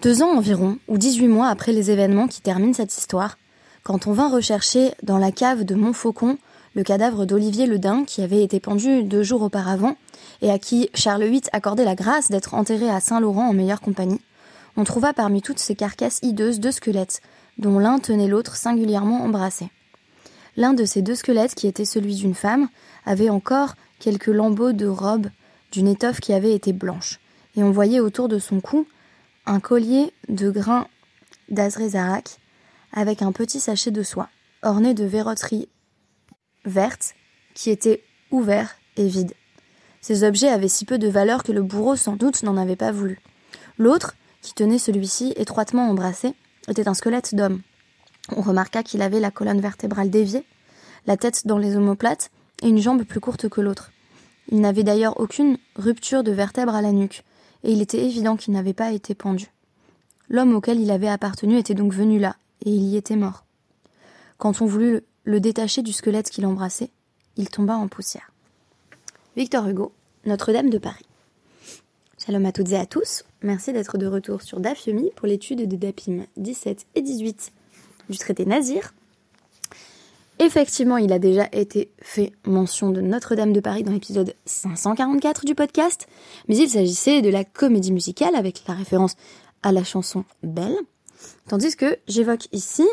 2 ans environ, ou 18 mois après les événements qui terminent cette histoire, quand on vint rechercher dans la cave de Montfaucon le cadavre d'Olivier le Daim qui avait été pendu 2 jours auparavant et à qui Charles VIII accordait la grâce d'être enterré à Saint-Laurent en meilleure compagnie, on trouva parmi toutes ces carcasses hideuses 2 squelettes, dont l'un tenait l'autre singulièrement embrassés. L'un de ces 2 squelettes, qui était celui d'une femme, avait encore quelques lambeaux de robe d'une étoffe qui avait été blanche, et on voyait autour de son cou un collier de grains d'azrézarach avec un petit sachet de soie, orné de verroteries vertes, qui était ouvert et vide. Ces objets avaient si peu de valeur que le bourreau sans doute n'en avait pas voulu. L'autre, qui tenait celui-ci étroitement embrassé, était un squelette d'homme. On remarqua qu'il avait la colonne vertébrale déviée, la tête dans les omoplates et une jambe plus courte que l'autre. Il n'avait d'ailleurs aucune rupture de vertèbre à la nuque, et il était évident qu'il n'avait pas été pendu. L'homme auquel il avait appartenu était donc venu là, et il y était mort. Quand on voulut le détacher du squelette qu'il embrassait, il tomba en poussière. Victor Hugo, Notre-Dame de Paris. Shalom à toutes et à tous, merci d'être de retour sur DAF Yomi pour l'étude des Dapim 17 et 18 du traité Nazir. Effectivement, il a déjà été fait mention de Notre-Dame de Paris dans l'épisode 544 du podcast, mais il s'agissait de la comédie musicale avec la référence à la chanson Belle, tandis que j'évoque ici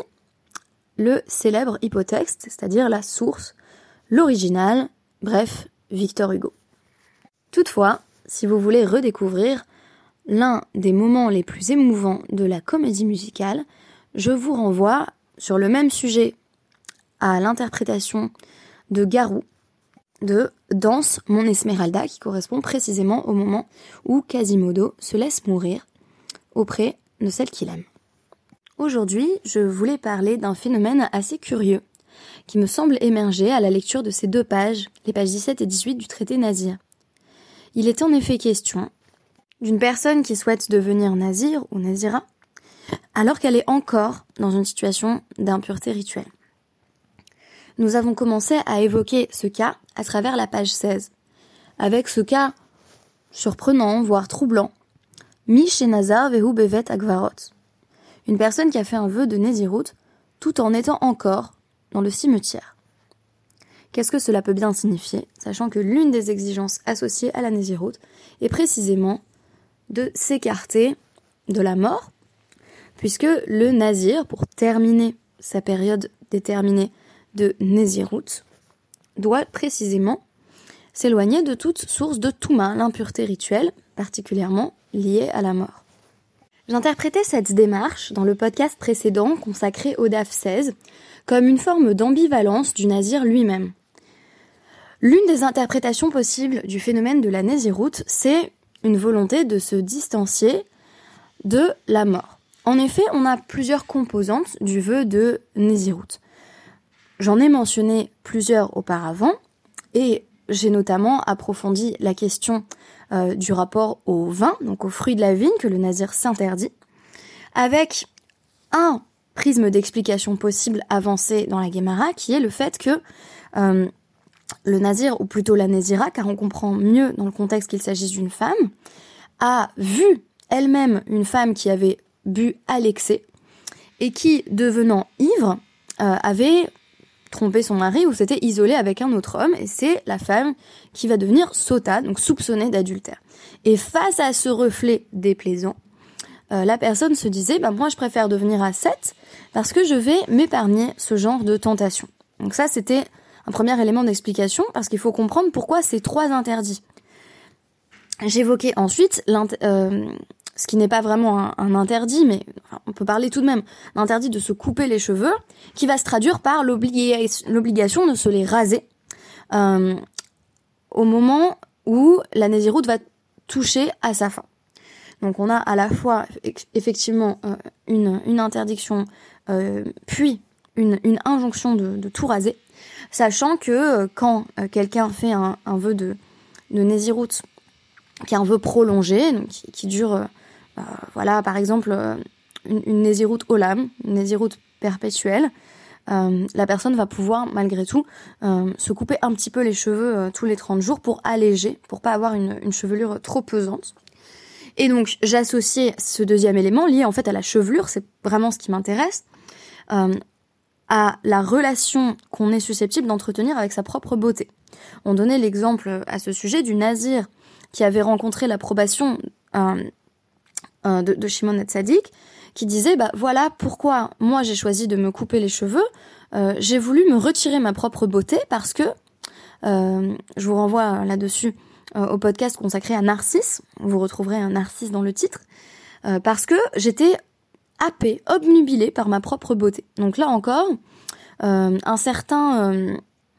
le célèbre hypotexte, c'est-à-dire la source, l'original, bref, Victor Hugo. Toutefois, si vous voulez redécouvrir l'un des moments les plus émouvants de la comédie musicale, je vous renvoie sur le même sujet à l'interprétation de Garou de Danse mon Esmeralda, qui correspond précisément au moment où Quasimodo se laisse mourir auprès de celle qu'il aime. Aujourd'hui, je voulais parler d'un phénomène assez curieux qui me semble émerger à la lecture de ces 2 pages, les pages 17 et 18 du traité Nazir. Il est en effet question d'une personne qui souhaite devenir nazir ou nazira alors qu'elle est encore dans une situation d'impureté rituelle. Nous avons commencé à évoquer ce cas à travers la page 16, avec ce cas surprenant, voire troublant, Mi Shenazar Vehu Bevet Agvarot, une personne qui a fait un vœu de Nézirut tout en étant encore dans le cimetière. Qu'est-ce que cela peut bien signifier, sachant que l'une des exigences associées à la Nézirut est précisément de s'écarter de la mort, puisque le Nazir, pour terminer sa période déterminée de Nézirut, doit précisément s'éloigner de toute source de Touma, l'impureté rituelle, particulièrement liée à la mort. J'interprétais cette démarche dans le podcast précédent consacré au DAF 16 comme une forme d'ambivalence du Nazir lui-même. L'une des interprétations possibles du phénomène de la Nézirut, c'est une volonté de se distancier de la mort. En effet, on a plusieurs composantes du vœu de Nézirut. J'en ai mentionné plusieurs auparavant, et j'ai notamment approfondi la question du rapport au vin, donc aux fruits de la vigne que le Nazir s'interdit, avec un prisme d'explication possible avancé dans la Guémara, qui est le fait que le Nazir, ou plutôt la Nézira, car on comprend mieux dans le contexte qu'il s'agisse d'une femme, a vu elle-même une femme qui avait bu à l'excès, et qui, devenant ivre, avait trompé son mari ou s'était isolée avec un autre homme, et c'est la femme qui va devenir sota, donc soupçonnée d'adultère. Et face à ce reflet déplaisant, la personne se disait moi je préfère devenir ascète parce que je vais m'épargner ce genre de tentation. Donc ça c'était un premier élément d'explication, parce qu'il faut comprendre pourquoi ces 3 interdits. J'évoquais ensuite ce qui n'est pas vraiment un interdit, mais on peut parler tout de même l'interdit de se couper les cheveux, qui va se traduire par l'obligation de se les raser au moment où la Nézirut va toucher à sa fin. Donc on a à la fois effectivement une interdiction, puis une injonction de tout raser, sachant que quand quelqu'un fait un vœu de Nézirut, qui est un vœu prolongé, donc qui dure... par exemple, une Nézirut Olam, une Nézirut perpétuelle, la personne va pouvoir, malgré tout, se couper un petit peu les cheveux tous les 30 jours pour alléger, pour pas avoir une chevelure trop pesante. Et donc, j'associais ce deuxième élément, lié en fait à la chevelure, c'est vraiment ce qui m'intéresse, à la relation qu'on est susceptible d'entretenir avec sa propre beauté. On donnait l'exemple à ce sujet du nazir qui avait rencontré l'approbation de Shimon HaTzadik, qui disait voilà pourquoi moi j'ai choisi de me couper les cheveux, j'ai voulu me retirer ma propre beauté parce que, je vous renvoie là-dessus au podcast consacré à Narcisse, vous retrouverez un Narcisse dans le titre, parce que j'étais happée, obnubilée par ma propre beauté. Donc là encore, une certaine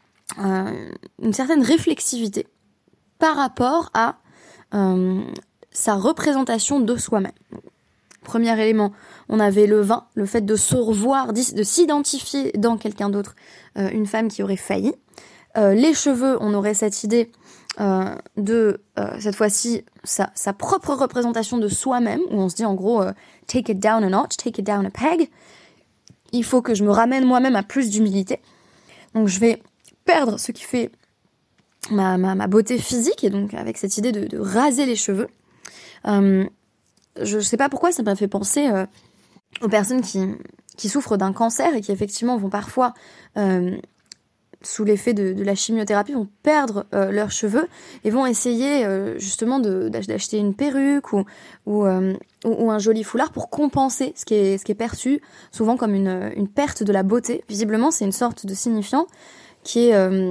réflexivité par rapport à sa représentation de soi-même. Premier élément, on avait le vin, le fait de se revoir, de s'identifier dans quelqu'un d'autre, une femme qui aurait failli. Les cheveux, on aurait cette idée de, cette fois-ci, sa propre représentation de soi-même, où on se dit en gros, take it down a notch, take it down a peg. Il faut que je me ramène moi-même à plus d'humilité. Donc je vais perdre ce qui fait ma beauté physique, et donc avec cette idée de raser les cheveux. Je sais pas pourquoi ça m'a fait penser aux personnes qui souffrent d'un cancer et qui effectivement vont parfois, sous l'effet de la chimiothérapie, vont perdre leurs cheveux et vont essayer justement d'acheter une perruque ou un joli foulard pour compenser ce qui est perçu souvent comme une perte de la beauté. Visiblement, c'est une sorte de signifiant qui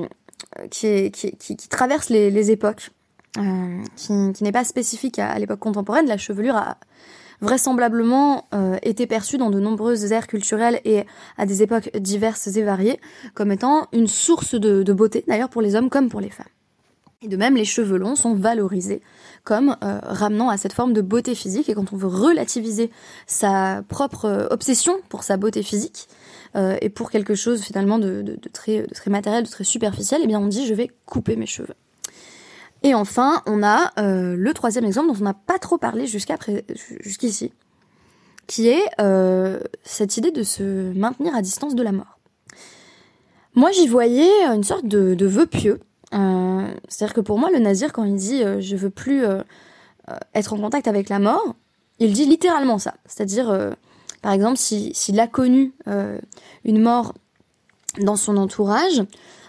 traverse les époques. Qui n'est pas spécifique à l'époque contemporaine. La chevelure a vraisemblablement été perçue dans de nombreuses aires culturelles et à des époques diverses et variées comme étant une source de beauté, d'ailleurs pour les hommes comme pour les femmes. Et de même, les cheveux longs sont valorisés comme ramenant à cette forme de beauté physique, et quand on veut relativiser sa propre obsession pour sa beauté physique, et pour quelque chose finalement de très matériel, de très superficiel, eh bien on dit je vais couper mes cheveux. Et enfin, on a le troisième exemple dont on n'a pas trop parlé jusqu'ici, qui est cette idée de se maintenir à distance de la mort. Moi, j'y voyais une sorte de vœu pieux. C'est-à-dire que pour moi, le nazir, quand il dit « je veux plus être en contact avec la mort », il dit littéralement ça. C'est-à-dire, par exemple, s'il a connu une mort dans son entourage,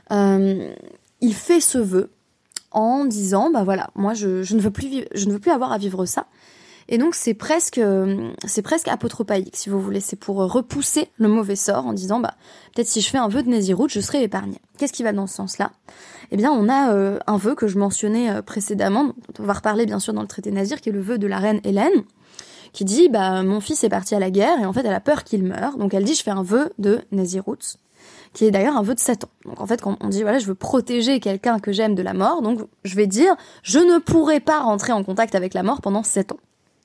il fait ce vœu en disant voilà, moi je ne veux plus avoir à vivre ça. Et donc c'est presque apotropaïque, si vous voulez. C'est pour repousser le mauvais sort en disant peut-être si je fais un vœu de Nézirut, je serai épargné. Qu'est-ce qui va dans ce sens-là ? Eh bien, on a un vœu que je mentionnais précédemment, dont on va reparler bien sûr dans le traité Nazir, qui est le vœu de la reine Hélène, qui dit mon fils est parti à la guerre et en fait elle a peur qu'il meure, donc elle dit je fais un vœu de Nézirut, qui est d'ailleurs un vœu de 7 ans. Donc en fait, quand on dit voilà, je veux protéger quelqu'un que j'aime de la mort, donc je vais dire je ne pourrai pas rentrer en contact avec la mort pendant 7 ans.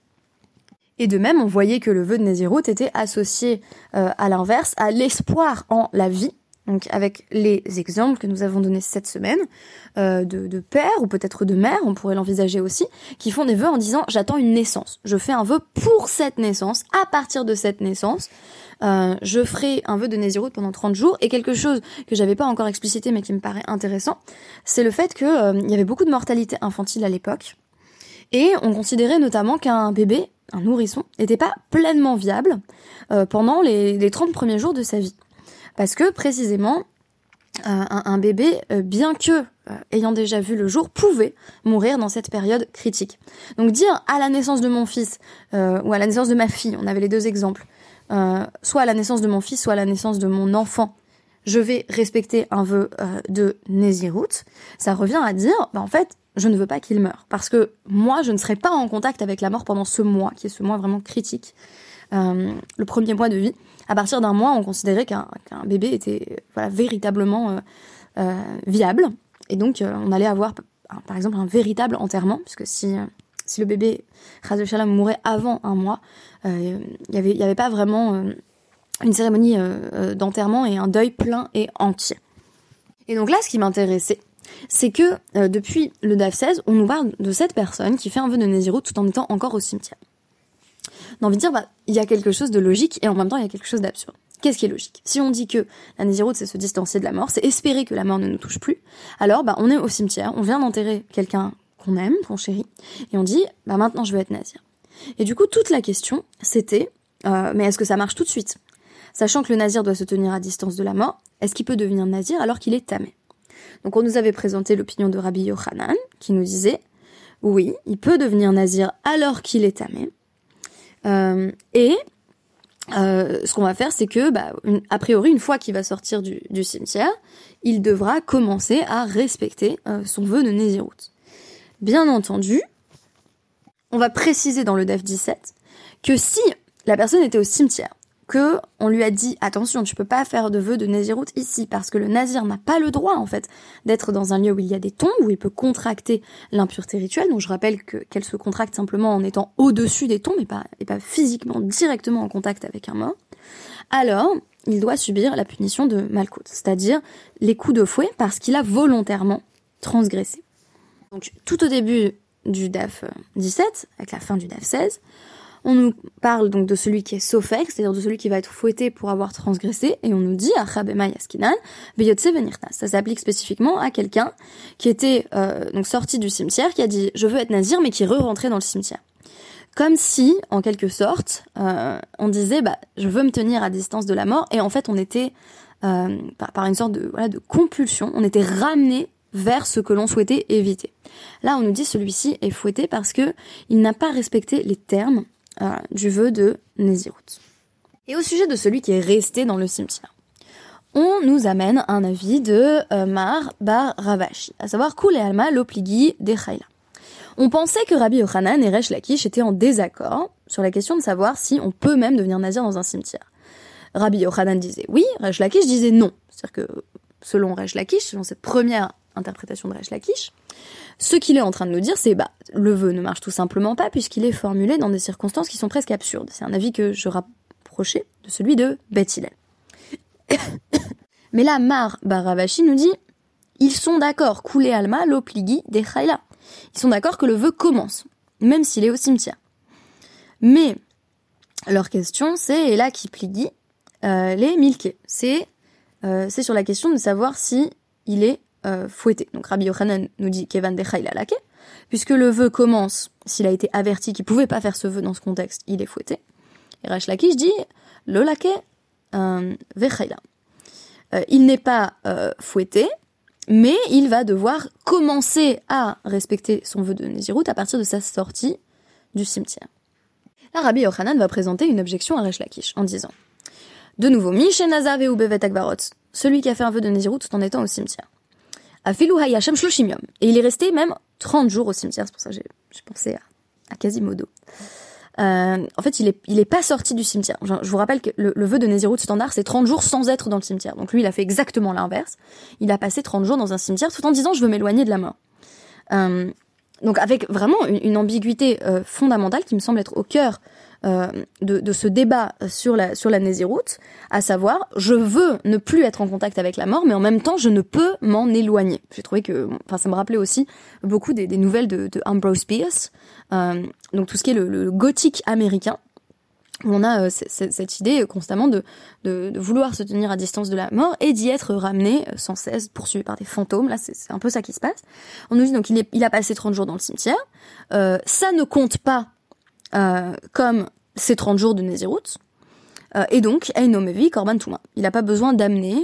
Et de même, on voyait que le vœu de Nézirut était associé à l'inverse, à l'espoir en la vie, donc avec les exemples que nous avons donnés cette semaine, de père ou peut-être de mère, on pourrait l'envisager aussi, qui font des vœux en disant j'attends une naissance, je fais un vœu pour cette naissance, à partir de cette naissance, je ferai un vœu de Nézirut pendant 30 jours, et quelque chose que j'avais pas encore explicité mais qui me paraît intéressant, c'est le fait que il y avait beaucoup de mortalité infantile à l'époque, et on considérait notamment qu'un bébé, un nourrisson, n'était pas pleinement viable pendant les 30 premiers jours de sa vie. Parce que, précisément, un bébé, bien que ayant déjà vu le jour, pouvait mourir dans cette période critique. Donc dire à la naissance de mon fils, ou à la naissance de ma fille, on avait les deux exemples, soit à la naissance de mon fils, soit à la naissance de mon enfant, je vais respecter un vœu de Nézirut, ça revient à dire, en fait, je ne veux pas qu'il meure. Parce que moi, je ne serai pas en contact avec la mort pendant ce mois, qui est ce mois vraiment critique. Le premier mois de vie. À partir d'un mois, on considérait qu'un bébé était véritablement viable. Et donc, on allait avoir, par exemple, un véritable enterrement, puisque si le bébé, Chas v'Shalom, mourait avant un mois, il y avait pas vraiment une cérémonie d'enterrement et un deuil plein et entier. Et donc là, ce qui m'intéressait, c'est que depuis le DAF 16, on nous parle de cette personne qui fait un vœu de Nézirut tout en étant encore au cimetière. On a envie de dire, il y a quelque chose de logique et en même temps, il y a quelque chose d'absurde. Qu'est-ce qui est logique ? Si on dit que la Nézirut, c'est se distancer de la mort, c'est espérer que la mort ne nous touche plus, alors on est au cimetière, on vient d'enterrer quelqu'un qu'on aime, qu'on chérit, et on dit, maintenant je veux être nazir. Et du coup, toute la question, c'était, mais est-ce que ça marche tout de suite? Sachant que le nazir doit se tenir à distance de la mort, est-ce qu'il peut devenir nazir alors qu'il est tamé? Donc on nous avait présenté l'opinion de Rabbi Yochanan, qui nous disait, oui, il peut devenir nazir alors qu'il est tamé. Ce qu'on va faire, c'est que, a priori, une fois qu'il va sortir du cimetière, il devra commencer à respecter son vœu de Nézirut. Bien entendu, on va préciser dans le DAF 17 que si la personne était au cimetière, que on lui a dit attention, tu peux pas faire de vœu de Nézirut ici parce que le nazir n'a pas le droit en fait d'être dans un lieu où il y a des tombes, où il peut contracter l'impureté rituelle. Donc je rappelle qu'elle se contracte simplement en étant au-dessus des tombes et pas physiquement directement en contact avec un mort. Alors il doit subir la punition de Malkout, c'est-à-dire les coups de fouet parce qu'il a volontairement transgressé. Donc tout au début du DAF 17, avec la fin du DAF 16, on nous parle donc de celui qui est sofek, c'est-à-dire de celui qui va être fouetté pour avoir transgressé, et on nous dit, Achabema Yaskinan, Beyotse Venirtas. Ça s'applique spécifiquement à quelqu'un qui était donc sorti du cimetière, qui a dit, je veux être nazir, mais qui est re-rentré dans le cimetière. Comme si, en quelque sorte, on disait, je veux me tenir à distance de la mort, et en fait on était, par une sorte de compulsion, on était ramené vers ce que l'on souhaitait éviter. Là, on nous dit, celui-ci est fouetté parce que il n'a pas respecté les termes du vœu de Nézirut. Et au sujet de celui qui est resté dans le cimetière, on nous amène un avis de Mar bar Ravashi, à savoir Kule Alma Lopligi de Chayla. On pensait que Rabbi Yochanan et Resh Lakish étaient en désaccord sur la question de savoir si on peut même devenir nazir dans un cimetière. Rabbi Yochanan disait oui, Resh Lakish disait non. C'est-à-dire que selon Resh Lakish, selon cette première interprétation de Resh Lakish, ce qu'il est en train de nous dire, c'est le vœu ne marche tout simplement pas puisqu'il est formulé dans des circonstances qui sont presque absurdes. C'est un avis que je rapprochais de celui de Beth Hillel. Mais là, Mar bar Ravashi nous dit, ils sont d'accord, Koulé Alma Lopligi de Chayla. Ils sont d'accord que le vœu commence, même s'il est au cimetière. Mais leur question, c'est, et là qui pligi, les milke. C'est sur la question de savoir si il est fouetté. Donc Rabbi Yochanan nous dit Kevan de Chayla lake, puisque le vœu commence, s'il a été averti qu'il pouvait pas faire ce vœu dans ce contexte, il est fouetté. Et Resh Lakish dit Lo lake ve Chayla. Il n'est pas fouetté, mais il va devoir commencer à respecter son vœu de Nézirut à partir de sa sortie du cimetière. Là, Rabbi Yochanan va présenter une objection à Resh Lakish en disant de nouveau, Mishenazav et Ubevet Akvarot, celui qui a fait un vœu de Nézirut tout en étant au cimetière. Afilu Hayashem Shloshim Yom. Et il est resté même 30 jours au cimetière, c'est pour ça que j'ai pensé à Quasimodo. En fait, il est pas sorti du cimetière. Je vous rappelle que le vœu de Nézirut standard, c'est 30 jours sans être dans le cimetière. Donc lui, il a fait exactement l'inverse. Il a passé 30 jours dans un cimetière tout en disant « je veux m'éloigner de la mort ». Donc avec vraiment une ambiguïté fondamentale qui me semble être au cœur de ce débat sur la Nézirut, à savoir, je veux ne plus être en contact avec la mort, mais en même temps, je ne peux m'en éloigner. J'ai trouvé que, ça me rappelait aussi beaucoup des nouvelles de Ambrose Bierce, donc tout ce qui est le gothique américain, où on a cette idée constamment de vouloir se tenir à distance de la mort et d'y être ramené sans cesse, poursuivi par des fantômes. Là, c'est un peu ça qui se passe. On nous dit donc il a passé 30 jours dans le cimetière. Ça ne compte pas comme ces 30 jours de Nézirut. Et donc, Einomevi Korban Touma. Il n'a pas besoin d'amener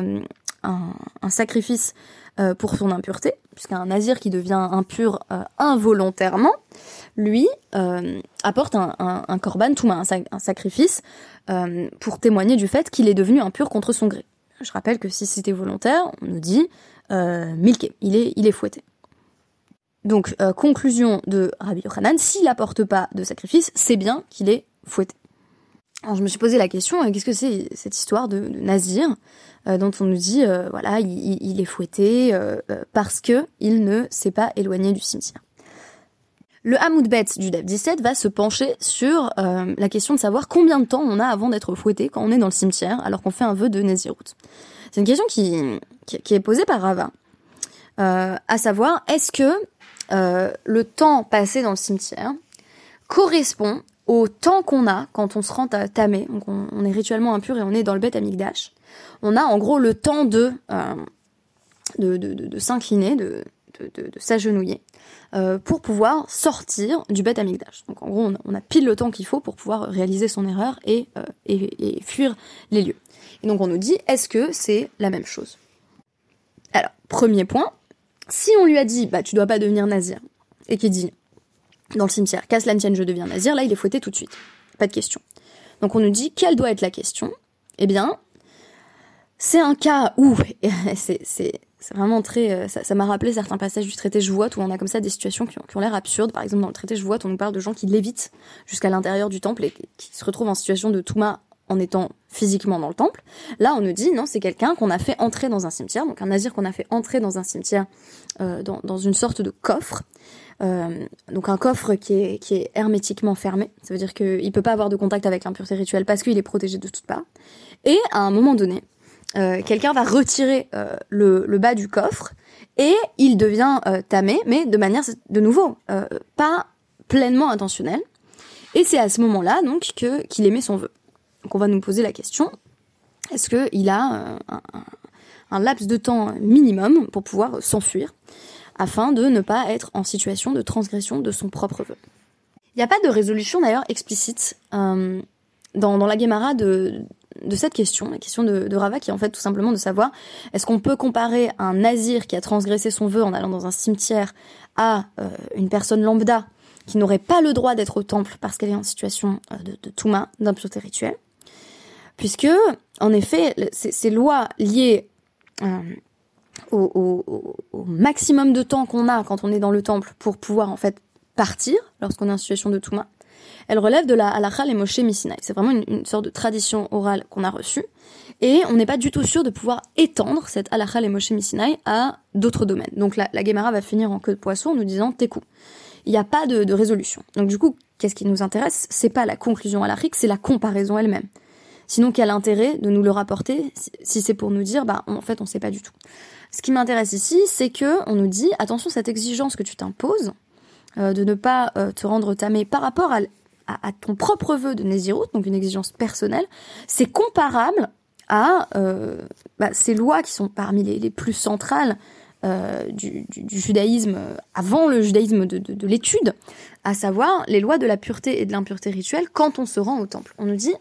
un sacrifice pour son impureté, puisqu'un nazir qui devient impur involontairement, lui apporte un korban touma, un sacrifice pour témoigner du fait qu'il est devenu impur contre son gré. Je rappelle que si c'était volontaire, on nous dit milke, il est fouetté. Donc, conclusion de Rabbi Yochanan, s'il apporte pas de sacrifice, c'est bien qu'il est fouetté. Alors je me suis posé la question, qu'est-ce que c'est cette histoire de nazir dont on nous dit, il est fouetté parce que il ne s'est pas éloigné du cimetière. Le Hamoud Bet du DAF 17 va se pencher sur la question de savoir combien de temps on a avant d'être fouetté quand on est dans le cimetière alors qu'on fait un vœu de Nézirut. C'est une question qui est posée par Rava, à savoir est-ce que le temps passé dans le cimetière correspond au temps qu'on a quand on se rend à Tamé, donc on est rituellement impur et on est dans le Beth Amikdash. On a en gros le temps de s'incliner, de de s'agenouiller pour pouvoir sortir du Beth Amikdash. Donc en gros, on a pile le temps qu'il faut pour pouvoir réaliser son erreur et fuir les lieux. Et donc on nous dit, est-ce que c'est la même chose? Alors, premier point, si on lui a dit, tu dois pas devenir nazir, et qu'il dit, dans le cimetière, qu'à cela ne tienne, je deviens nazir, là il est fouetté tout de suite. Pas de question. Donc on nous dit, quelle doit être la question? Eh bien, c'est un cas où, c'est vraiment très, ça m'a rappelé certains passages du traité Shvuot où on a comme ça des situations qui ont l'air absurdes. Par exemple, dans le traité Shvuot, on nous parle de gens qui lévitent jusqu'à l'intérieur du temple et qui se retrouvent en situation de touma en étant physiquement dans le temple. Là, on nous dit, non, c'est quelqu'un qu'on a fait entrer dans un cimetière, donc un nazir qu'on a fait entrer dans un cimetière, dans une sorte de coffre. Donc un coffre qui est hermétiquement fermé. Ça veut dire qu'il peut pas avoir de contact avec l'impureté rituelle parce qu'il est protégé de toutes parts. Et à un moment donné, quelqu'un va retirer le bas du coffre et il devient tamé, mais de manière, de nouveau, pas pleinement intentionnelle. Et c'est à ce moment-là donc qu'il émet son vœu. Donc on va nous poser la question, est-ce qu'il a un laps de temps minimum pour pouvoir s'enfuir afin de ne pas être en situation de transgression de son propre vœu? Il n'y a pas de résolution d'ailleurs explicite dans la Gemara de cette question, la question de Rava, qui est en fait tout simplement de savoir, est-ce qu'on peut comparer un nazir qui a transgressé son vœu en allant dans un cimetière à une personne lambda qui n'aurait pas le droit d'être au temple parce qu'elle est en situation de touma, d'impureté rituelle, puisque, en effet, ces lois liées au maximum de temps qu'on a quand on est dans le temple pour pouvoir en fait partir lorsqu'on est en situation de touma, elle relève de la halakha les Moshe Misinaï. C'est vraiment une sorte de tradition orale qu'on a reçue, et on n'est pas du tout sûr de pouvoir étendre cette halakha les Moshe Misinaï à d'autres domaines. Donc la Gemara va finir en queue de poisson en nous disant tekou. Il n'y a pas de résolution. Donc du coup, qu'est-ce qui nous intéresse? C'est pas la conclusion halachique, c'est la comparaison elle-même. Sinon, quel intérêt de nous le rapporter si c'est pour nous dire, en fait, on sait pas du tout. Ce qui m'intéresse ici, c'est que on nous dit, attention, cette exigence que tu t'imposes, de ne pas te rendre tamé par rapport à ton propre vœu de Nézirut, donc une exigence personnelle, c'est comparable à ces lois qui sont parmi les plus centrales du judaïsme, avant le judaïsme de l'étude, à savoir les lois de la pureté et de l'impureté rituelle quand on se rend au temple. On nous dit,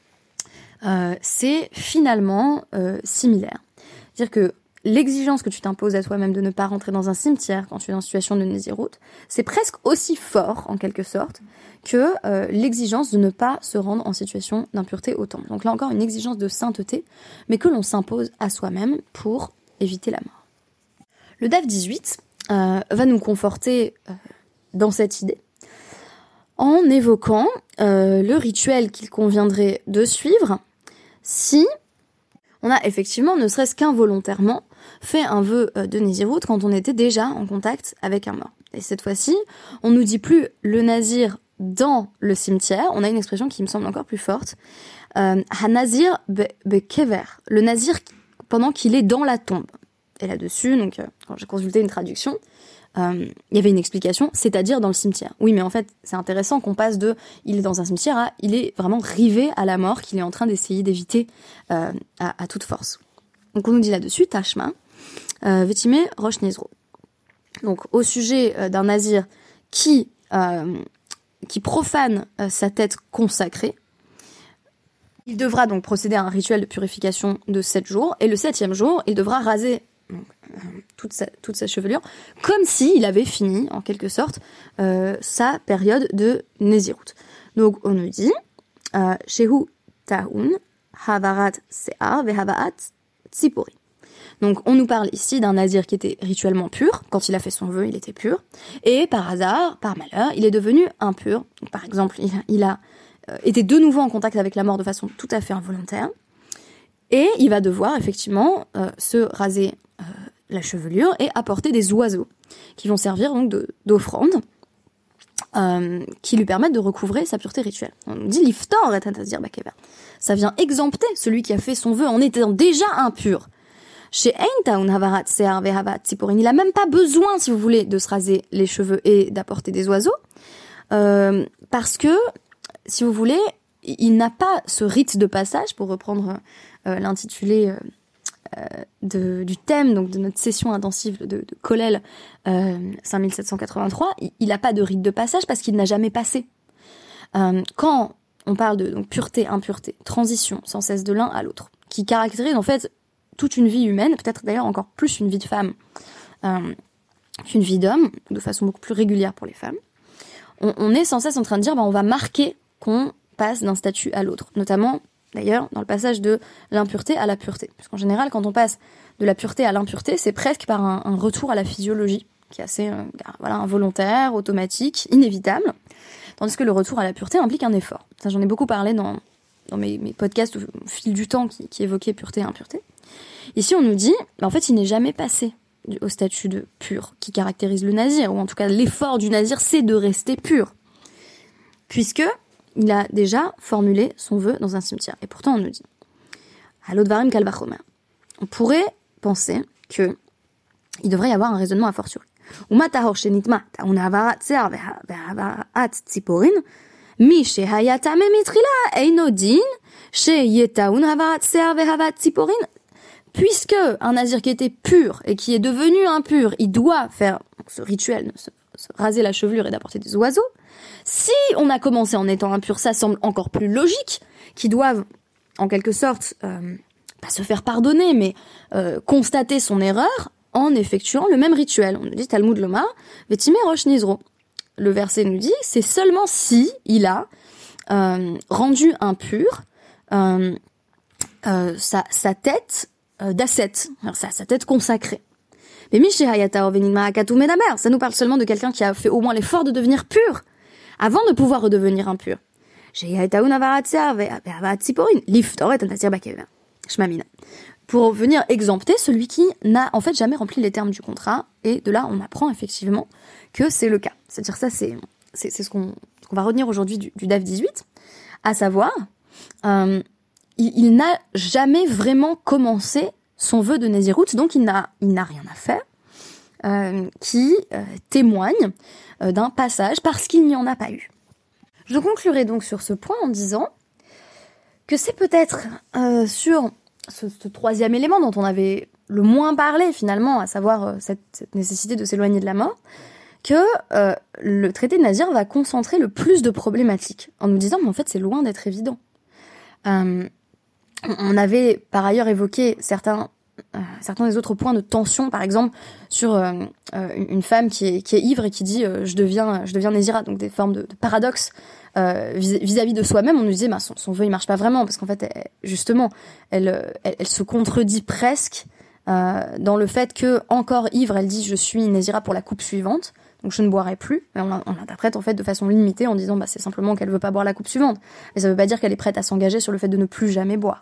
c'est finalement similaire. C'est-à-dire que l'exigence que tu t'imposes à toi-même de ne pas rentrer dans un cimetière quand tu es en situation de Nézirut, c'est presque aussi fort, en quelque sorte, que l'exigence de ne pas se rendre en situation d'impureté au temple. Donc là encore, une exigence de sainteté, mais que l'on s'impose à soi-même pour éviter la mort. Le DAF 18 va nous conforter dans cette idée en évoquant le rituel qu'il conviendrait de suivre si on a effectivement, ne serait-ce qu'involontairement, fait un vœu de Nézirut quand on était déjà en contact avec un mort. Et cette fois-ci, on nous dit plus le nazir dans le cimetière, on a une expression qui me semble encore plus forte, ha-nazir be-kever, le nazir pendant qu'il est dans la tombe. Et là-dessus, donc, quand j'ai consulté une traduction, il y avait une explication, c'est-à-dire dans le cimetière. Oui, mais en fait, c'est intéressant qu'on passe de « il est dans un cimetière » à « il est vraiment rivé à la mort, qu'il est en train d'essayer d'éviter à toute force ». Donc on nous dit là-dessus, Tashma, Vetime Rosh Nezro. Donc au sujet d'un nazir qui profane sa tête consacrée, il devra donc procéder à un rituel de purification de 7 jours, et le 7e jour, il devra raser toute sa chevelure, comme s'il avait fini, en quelque sorte, sa période de Nézirut. Donc on nous dit, Shehu Taoun, Havarat Se'ar, Vehavaat Tzipori. Donc on nous parle ici d'un nazir qui était rituellement pur, quand il a fait son vœu, il était pur, et par hasard, par malheur, il est devenu impur. Donc, par exemple, il a été de nouveau en contact avec la mort de façon tout à fait involontaire, et il va devoir effectivement se raser la chevelure et apporter des oiseaux qui vont servir donc d'offrande, qui lui permettent de recouvrer sa pureté rituelle. On nous dit l'iftor et tantazir bakever. Ça vient exempter celui qui a fait son vœu en étant déjà impur. Chez Eintaun Havarat Se'ar Vehavat Tziporin, il a même pas besoin, si vous voulez, de se raser les cheveux et d'apporter des oiseaux, parce que, si vous voulez, il n'a pas ce rite de passage, pour reprendre l'intitulé du thème, donc de notre session intensive de Kollel 5783, il n'a pas de rite de passage parce qu'il n'a jamais passé. Quand on parle de donc, pureté, impureté, transition sans cesse de l'un à l'autre, qui caractérise en fait toute une vie humaine, peut-être d'ailleurs encore plus une vie de femme qu'une vie d'homme, de façon beaucoup plus régulière pour les femmes, on est sans cesse en train de dire on va marquer qu'on passe d'un statut à l'autre, notamment d'ailleurs dans le passage de l'impureté à la pureté. Parce qu'en général, quand on passe de la pureté à l'impureté, c'est presque par un retour à la physiologie, qui est assez involontaire, automatique, inévitable, tandis que le retour à la pureté implique un effort. Ça, j'en ai beaucoup parlé dans mes podcasts au fil du temps qui évoquaient pureté et impureté. Ici, on nous dit, en fait, il n'est jamais passé au statut de pur, qui caractérise le nazir, ou en tout cas l'effort du nazir, c'est de rester pur, puisque il a déjà formulé son vœu dans un cimetière. Et pourtant, on nous dit, Halodvarim Kalvachomer. On pourrait penser que il devrait y avoir un raisonnement a fortiori. Uma tahor shenitma taun havarat se'ar ve'havarat tziporin mi shehaya tameh mitrila eino din sheyetaun havarat se'ar ve'havarat tziporin. Puisque un nazir qui était pur et qui est devenu impur, il doit faire ce rituel, se raser la chevelure et d'apporter des oiseaux. Si on a commencé en étant impur, ça semble encore plus logique, qu'ils doivent, en quelque sorte, pas se faire pardonner, mais constater son erreur en effectuant le même rituel. On nous dit Talmud Lomar, Vetime Rosh Nizro. Le verset nous dit, c'est seulement si il a rendu impur sa tête d'ascète, sa tête consacrée. Mais ça nous parle seulement de quelqu'un qui a fait au moins l'effort de devenir pur avant de pouvoir redevenir impur. Pour venir exempter celui qui n'a en fait jamais rempli les termes du contrat, et de là on apprend effectivement que c'est le cas. C'est-à-dire ça c'est ce qu'on va retenir aujourd'hui du DAF 18, à savoir il n'a jamais vraiment commencé son vœu de Nézirout, donc il n'a rien à faire, qui témoigne d'un passage parce qu'il n'y en a pas eu. Je conclurai donc sur ce point en disant que c'est peut-être sur ce troisième élément dont on avait le moins parlé finalement, à savoir cette nécessité de s'éloigner de la mort, que le traité de Nazir va concentrer le plus de problématiques, en nous disant mais en fait c'est loin d'être évident. On avait par ailleurs évoqué certains des autres points de tension, par exemple sur une femme qui est ivre et qui dit je deviens Nézira, donc des formes de paradoxe vis-à-vis de soi-même. On nous disait son vœu il marche pas vraiment parce qu'en fait elle se contredit presque dans le fait que encore ivre elle dit je suis Nézira pour la coupe suivante, donc je ne boirai plus. Et on l'interprète en fait de façon limitée en disant c'est simplement qu'elle veut pas boire la coupe suivante, mais ça veut pas dire qu'elle est prête à s'engager sur le fait de ne plus jamais boire.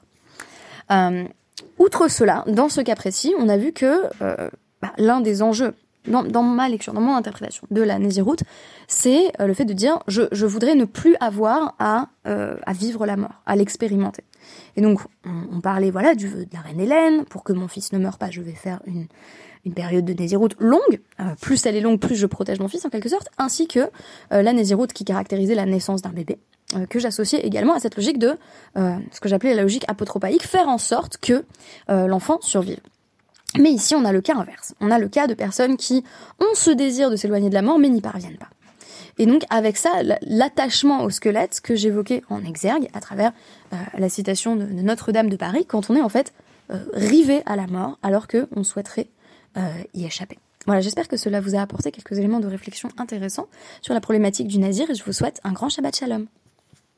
Outre cela, dans ce cas précis, on a vu que l'un des enjeux, dans ma lecture, dans mon interprétation de la Nézirout, c'est le fait de dire je voudrais ne plus avoir à vivre la mort, à l'expérimenter. Et donc, on parlait du vœu de la reine Hélène, pour que mon fils ne meure pas, je vais faire une période de Nézirout longue, plus elle est longue, plus je protège mon fils en quelque sorte, ainsi que la Nézirout qui caractérisait la naissance d'un bébé, que j'associais également à cette logique de ce que j'appelais la logique apotropaïque, faire en sorte que l'enfant survive. Mais ici, on a le cas inverse. On a le cas de personnes qui ont ce désir de s'éloigner de la mort, mais n'y parviennent pas. Et donc, avec ça, l'attachement au squelette que j'évoquais en exergue, à travers la citation de Notre-Dame de Paris, quand on est en fait rivé à la mort, alors qu'on souhaiterait y échapper. Voilà, j'espère que cela vous a apporté quelques éléments de réflexion intéressants sur la problématique du nazir, et je vous souhaite un grand Shabbat Shalom.